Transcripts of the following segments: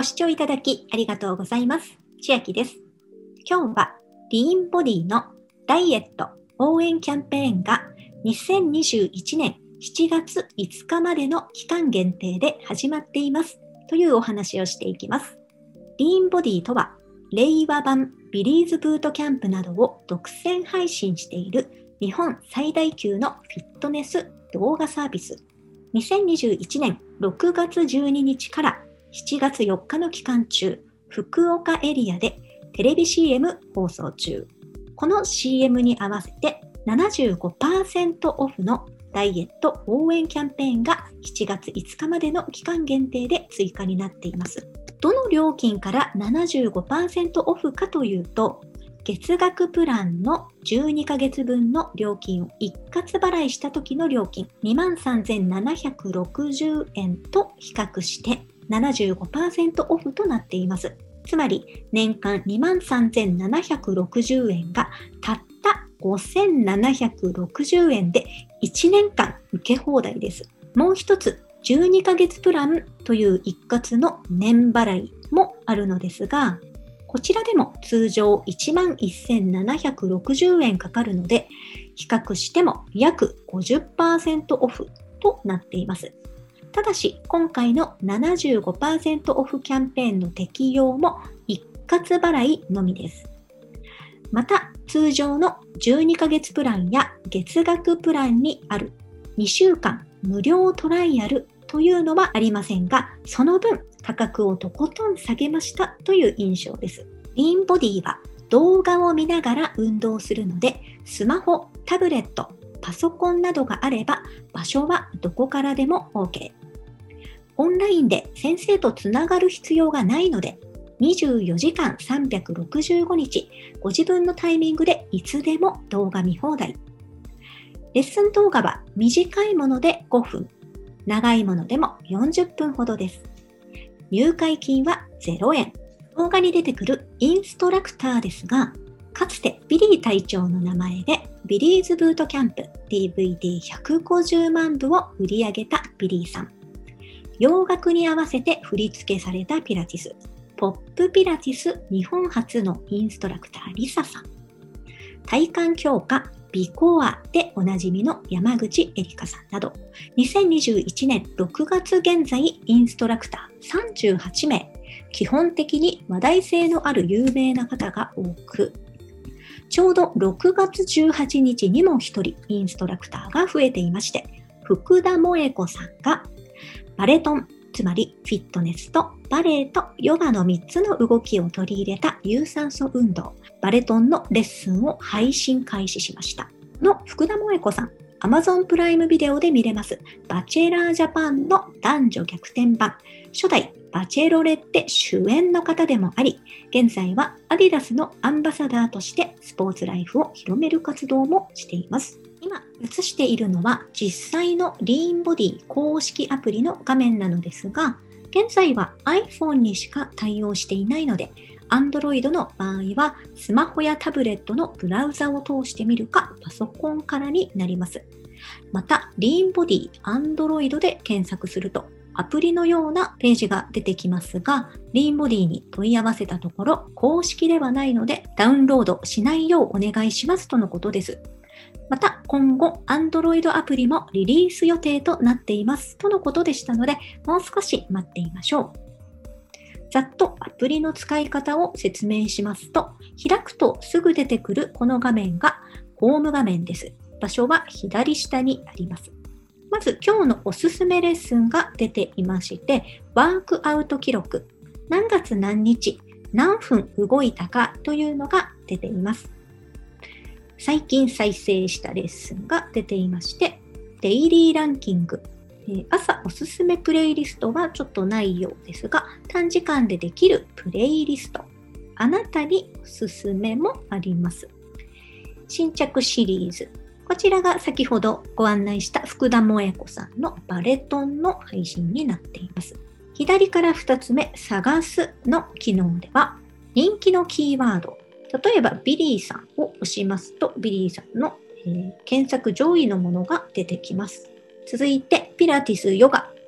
ご視聴いただきありがとうございます。千秋です。今日はリーンボディのダイエット応援キャンペーンが2021年7月5日までの期間限定で始まっていますというお話をしていきます。リーンボディとは令和版ビリーズブートキャンプなどを独占配信している日本最大級のフィットネス動画サービス。2021年6月12日から7月4日の期間中、福岡エリアでテレビ CM 放送中。この CM に合わせて 75% オフのダイエット応援キャンペーンが7月5日までの期間限定で追加になっています。どの料金から 75% オフかというと、月額プランの12ヶ月分の料金を一括払いした時の料金 23,760 円と比較して 75% オフとなっています。つまり年間 23,760 円がたった5,760 円で1年間受け放題です。もう一つ12ヶ月プランという一括の年払いもあるのですが、こちらでも通常 11,760 円かかるので、比較しても約 50% オフとなっています。ただし、今回の 75% オフキャンペーンの適用も一括払いのみです。また、通常の12ヶ月プランや月額プランにある2週間無料トライアルというのはありませんが、その分価格をとことん下げましたという印象です。リーンボディは動画を見ながら運動するので、スマホ、タブレット、パソコンなどがあれば場所はどこからでも OK。オンラインで先生とつながる必要がないので、24時間365日、ご自分のタイミングでいつでも動画見放題。レッスン動画は短いもので5分、長いものでも40分ほどです。入会金は0円。動画に出てくるインストラクターですが、かつてビリー隊長の名前でビリーズブートキャンプ DVD150 万部を売り上げたビリーさん。洋楽に合わせて振り付けされたピラティス、ポップピラティス日本初のインストラクターリサさん。体幹強化ビコアでおなじみの山口エリカさんなど、2021年6月現在インストラクター38名、基本的に話題性のある有名な方が多く、ちょうど6月18日にも1人インストラクターが増えていまして、福田萌子さんがバレトン、つまりフィットネスとバレエとヨガの3つの動きを取り入れた有酸素運動、バレトンのレッスンを配信開始しました。の福田萌子さん、Amazon プライムビデオで見れますバチェラージャパンの男女逆転版、初代バチェロレッテ主演の方でもあり、現在はアディダスのアンバサダーとしてスポーツライフを広める活動もしています。今映しているのは実際のリーンボディ公式アプリの画面なのですが、現在は iPhone にしか対応していないので、Android の場合はスマホやタブレットのブラウザを通してみるかパソコンからになります。また、リーンボディ Android で検索するとアプリのようなページが出てきますが、リーンボディに問い合わせたところ、公式ではないのでダウンロードしないようお願いしますとのことです。また、今後 Android アプリもリリース予定となっていますとのことでしたので、もう少し待っていましょう。ざっとアプリの使い方を説明しますと、開くとすぐ出てくるこの画面がホーム画面です。場所は左下にあります。まず今日のおすすめレッスンが出ていまして、ワークアウト記録、何月何日、何分動いたかというのが出ています。最近再生したレッスンが出ていまして、デイリーランキング、朝おすすめプレイリストはちょっとないようですが、短時間でできるプレイリスト、あなたにおすすめもあります。新着シリーズ、こちらが先ほどご案内した福田萌子さんのバレトンの配信になっています。左から2つ目、探すの機能では、人気のキーワード、例えばビリーさんを押しますと、ビリーさんの、検索上位のものが出てきます。続いて、ピラティス、ヨガ、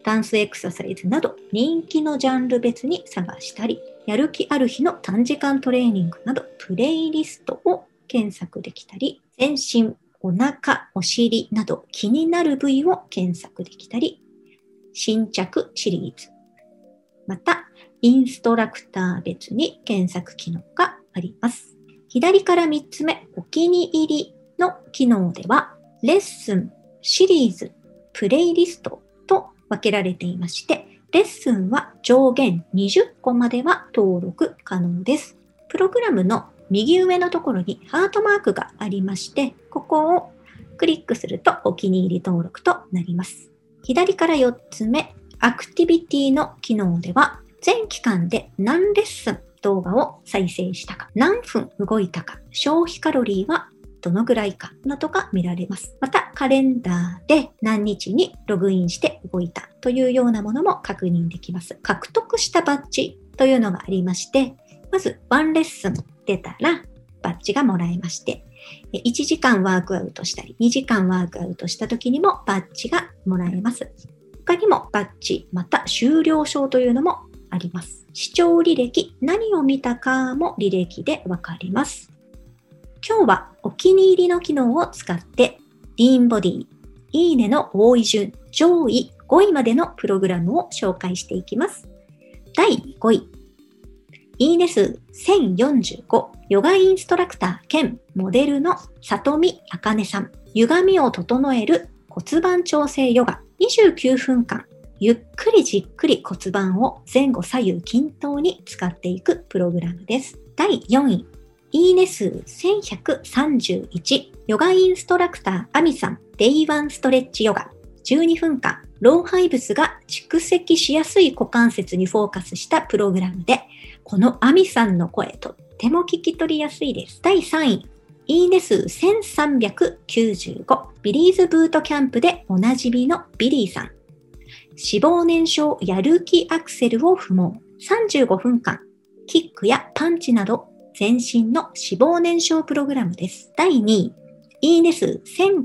ダンスエクササイズなど人気のジャンル別に探したり、やる気ある日の短時間トレーニングなどプレイリストを検索できたり、全身、お腹、お尻など気になる部位を検索できたり、新着シリーズ、またインストラクター別に検索機能があります。左から3つ目、お気に入りの機能では、レッスン、シリーズ、プレイリストと分けられていまして、レッスンは上限20個までは登録可能です。プログラムの右上のところにハートマークがありまして、ここをクリックするとお気に入り登録となります。左から4つ目、アクティビティの機能では、全期間で何レッスン動画を再生したか、何分動いたか、消費カロリーはどのぐらいかなどが見られます。またカレンダーで何日にログインして動いたというようなものも確認できます。獲得したバッジというのがありまして、まず1レッスン出たらバッジがもらえまして、1時間ワークアウトしたり2時間ワークアウトした時にもバッジがもらえます。他にもバッジまた終了証というのもあります。視聴履歴、何を見たかも履歴でわかります。今日はお気に入りの機能を使ってリーンボディ、いいねの多い順、上位5位までのプログラムを紹介していきます。第5位、いいね数1045、ヨガインストラクター兼モデルの里見茜さん。歪みを整える骨盤調整ヨガ、29分間ゆっくりじっくり骨盤を前後左右均等に使っていくプログラムです。第4位、いいね数1131、ヨガインストラクターアミさん、デイワンストレッチヨガ、12分間老廃物が蓄積しやすい股関節にフォーカスしたプログラムで、このアミさんの声とっても聞き取りやすいです。第3位、いいね数1395、ビリーズブートキャンプでおなじみのビリーさん、脂肪燃焼やる気アクセルを不問、35分間キックやパンチなど全身の脂肪燃焼プログラムです。第2位、いいね数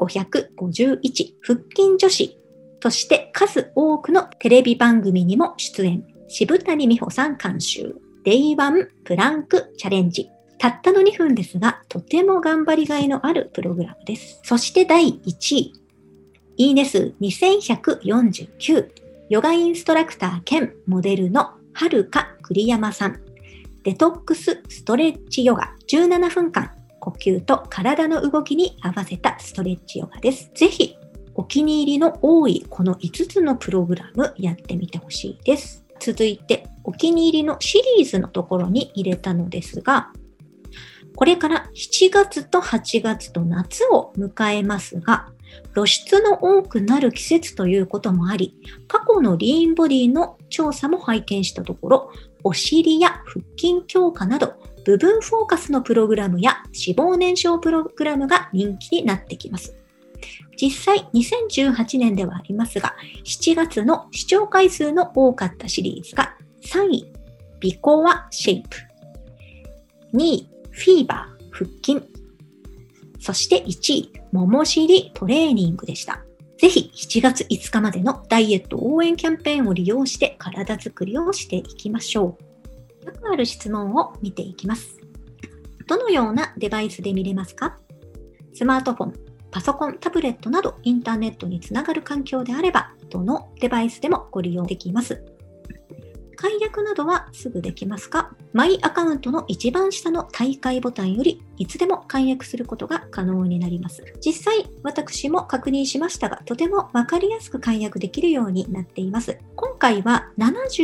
1551、腹筋女子として数多くのテレビ番組にも出演、渋谷美穂さん監修、デイワンプランクチャレンジ。たったの2分ですが、とても頑張りがいのあるプログラムです。そして第1位、いいね数2149、ヨガインストラクター兼モデルのはるか栗山さん、デトックスストレッチヨガ、17分間呼吸と体の動きに合わせたストレッチヨガです。ぜひお気に入りの多いこの5つのプログラムやってみてほしいです。続いてお気に入りのシリーズのところに入れたのですが、これから7月と8月と夏を迎えますが、露出の多くなる季節ということもあり、過去のリーンボディの調査も拝見したところ、お尻や腹筋強化など部分フォーカスのプログラムや脂肪燃焼プログラムが人気になってきます。実際2018年ではありますが、7月の視聴回数の多かったシリーズが3位、ビコアシェイプ、2位、フィーバー腹筋、そして1位、もも尻トレーニングでした。ぜひ7月5日までのダイエット応援キャンペーンを利用して体作りをしていきましょう。よくある質問を見ていきます。どのようなデバイスで見れますか？スマートフォン、パソコン、タブレットなどインターネットにつながる環境であれば、どのデバイスでもご利用できます。解約などはすぐできますか？マイアカウントの一番下の大会ボタンよりいつでも解約することが可能になります。実際私も確認しましたが、とてもわかりやすく解約できるようになっています。今回は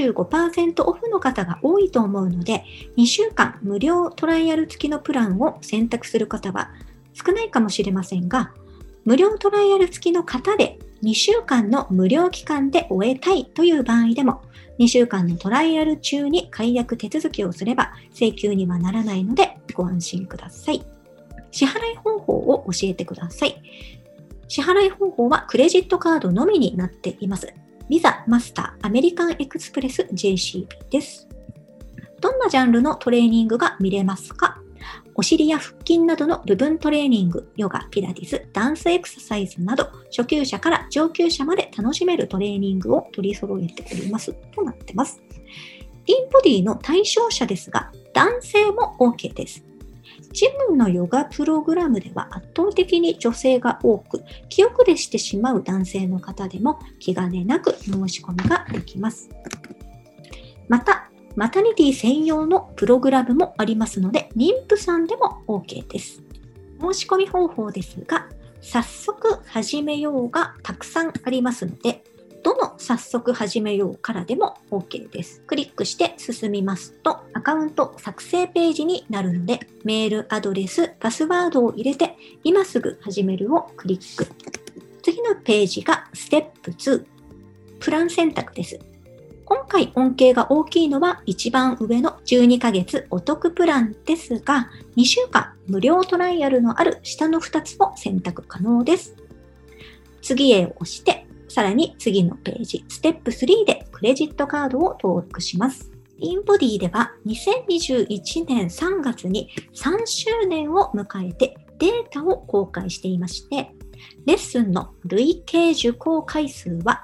75% オフの方が多いと思うので、2週間無料トライアル付きのプランを選択する方は少ないかもしれませんが、無料トライアル付きの方で2週間の無料期間で終えたいという場合でも、2週間のトライアル中に解約手続きをすれば請求にはならないのでご安心ください。支払い方法を教えてください。支払い方法はクレジットカードのみになっています。ビザ、マスター、アメリカンエクスプレス JCB です。どんなジャンルのトレーニングが見れますか？ お尻や腹筋などの部分トレーニング、ヨガ、ピラティス、ダンスエクササイズなど、初級者から上級者まで楽しめるトレーニングを取り揃えておりますとなっています。リンボディの対象者ですが、男性も OK です。ジムのヨガプログラムでは圧倒的に女性が多く、気遅れしてしまう男性の方でも気兼ねなく申し込みができます。また、マタニティ専用のプログラムもありますので、妊婦さんでも OK です。申し込み方法ですが、早速始めようがたくさんありますので、どの早速始めようからでも OK です。クリックして進みますと、アカウント作成ページになるので、メールアドレス、パスワードを入れて、今すぐ始めるをクリック。次のページがステップ2、プラン選択です。今回恩恵が大きいのは一番上の12ヶ月お得プランですが、2週間無料トライアルのある下の2つも選択可能です。次へ押して、さらに次のページ、ステップ3でクレジットカードを登録します。リンボディでは2021年3月に3周年を迎えてデータを公開していまして、レッスンの累計受講回数は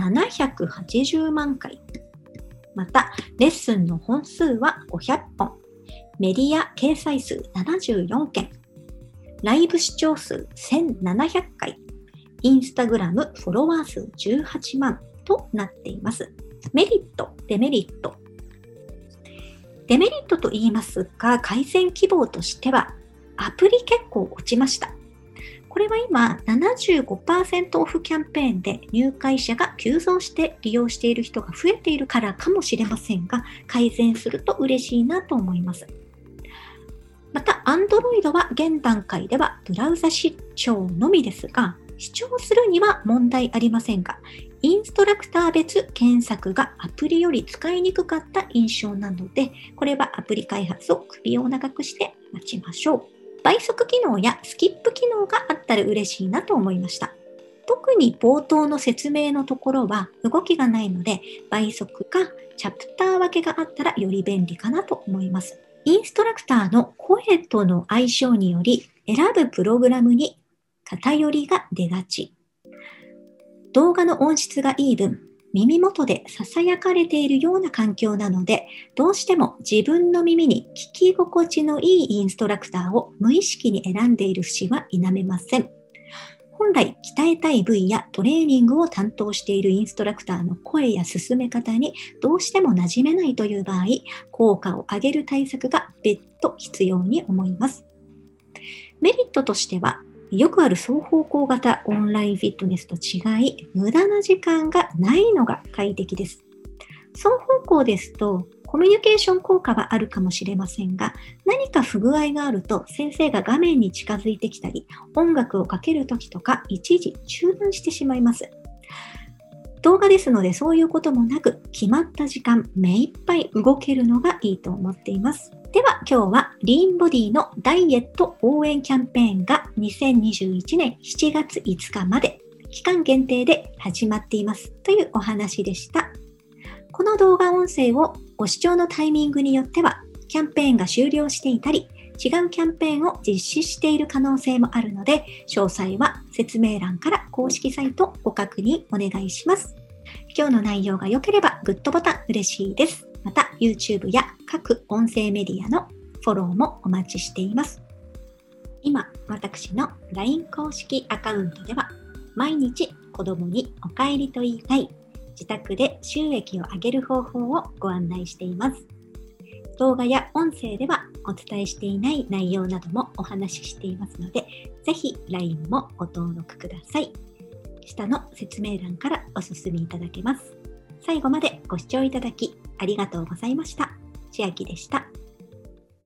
780万回。また、レッスンの本数は500本。メディア掲載数74件。ライブ視聴数1700回。インスタグラムフォロワー数18万となっています。メリット、デメリット。デメリットと言いますが、改善希望としては、アプリ結構落ちました。これは今 75% オフキャンペーンで入会者が急増して利用している人が増えているからかもしれませんが、改善すると嬉しいなと思います。また Android は現段階ではブラウザ視聴のみですが、視聴するには問題ありませんが、インストラクター別検索がアプリより使いにくかった印象なので、これはアプリ開発を首を長くして待ちましょう。倍速機能やスキップ機能があったら嬉しいなと思いました。特に冒頭の説明のところは動きがないので、倍速かチャプター分けがあったらより便利かなと思います。インストラクターの声との相性により選ぶプログラムに偏りが出がち。動画の音質がいい分、耳元で囁かれているような環境なので、どうしても自分の耳に聞き心地のいいインストラクターを無意識に選んでいる節は否めません。本来鍛えたい部位やトレーニングを担当しているインストラクターの声や進め方にどうしても馴染めないという場合、効果を上げる対策が別途必要に思います。メリットとしては、よくある双方向型オンラインフィットネスと違い、無駄な時間がないのが快適です。双方向ですと、コミュニケーション効果はあるかもしれませんが、何か不具合があると先生が画面に近づいてきたり、音楽をかけるときとか一時中断してしまいます。動画ですのでそういうこともなく、決まった時間目いっぱい動けるのがいいと思っています。では今日はリーンボディのダイエット応援キャンペーンが2021年7月5日まで期間限定で始まっていますというお話でした。この動画音声をご視聴のタイミングによってはキャンペーンが終了していたり、違うキャンペーンを実施している可能性もあるので、詳細は説明欄から公式サイトご確認お願いします。今日の内容が良ければグッドボタン嬉しいです。また YouTube や各音声メディアのフォローもお待ちしています。今、私の LINE 公式アカウントでは毎日子供にお帰りと言いたい自宅で収益を上げる方法をご案内しています。動画や音声ではお伝えしていない内容などもお話ししていますので、ぜひ LINE もご登録ください。下の説明欄からお進みいただけます。最後までご視聴いただきありがとうございました。千秋でした。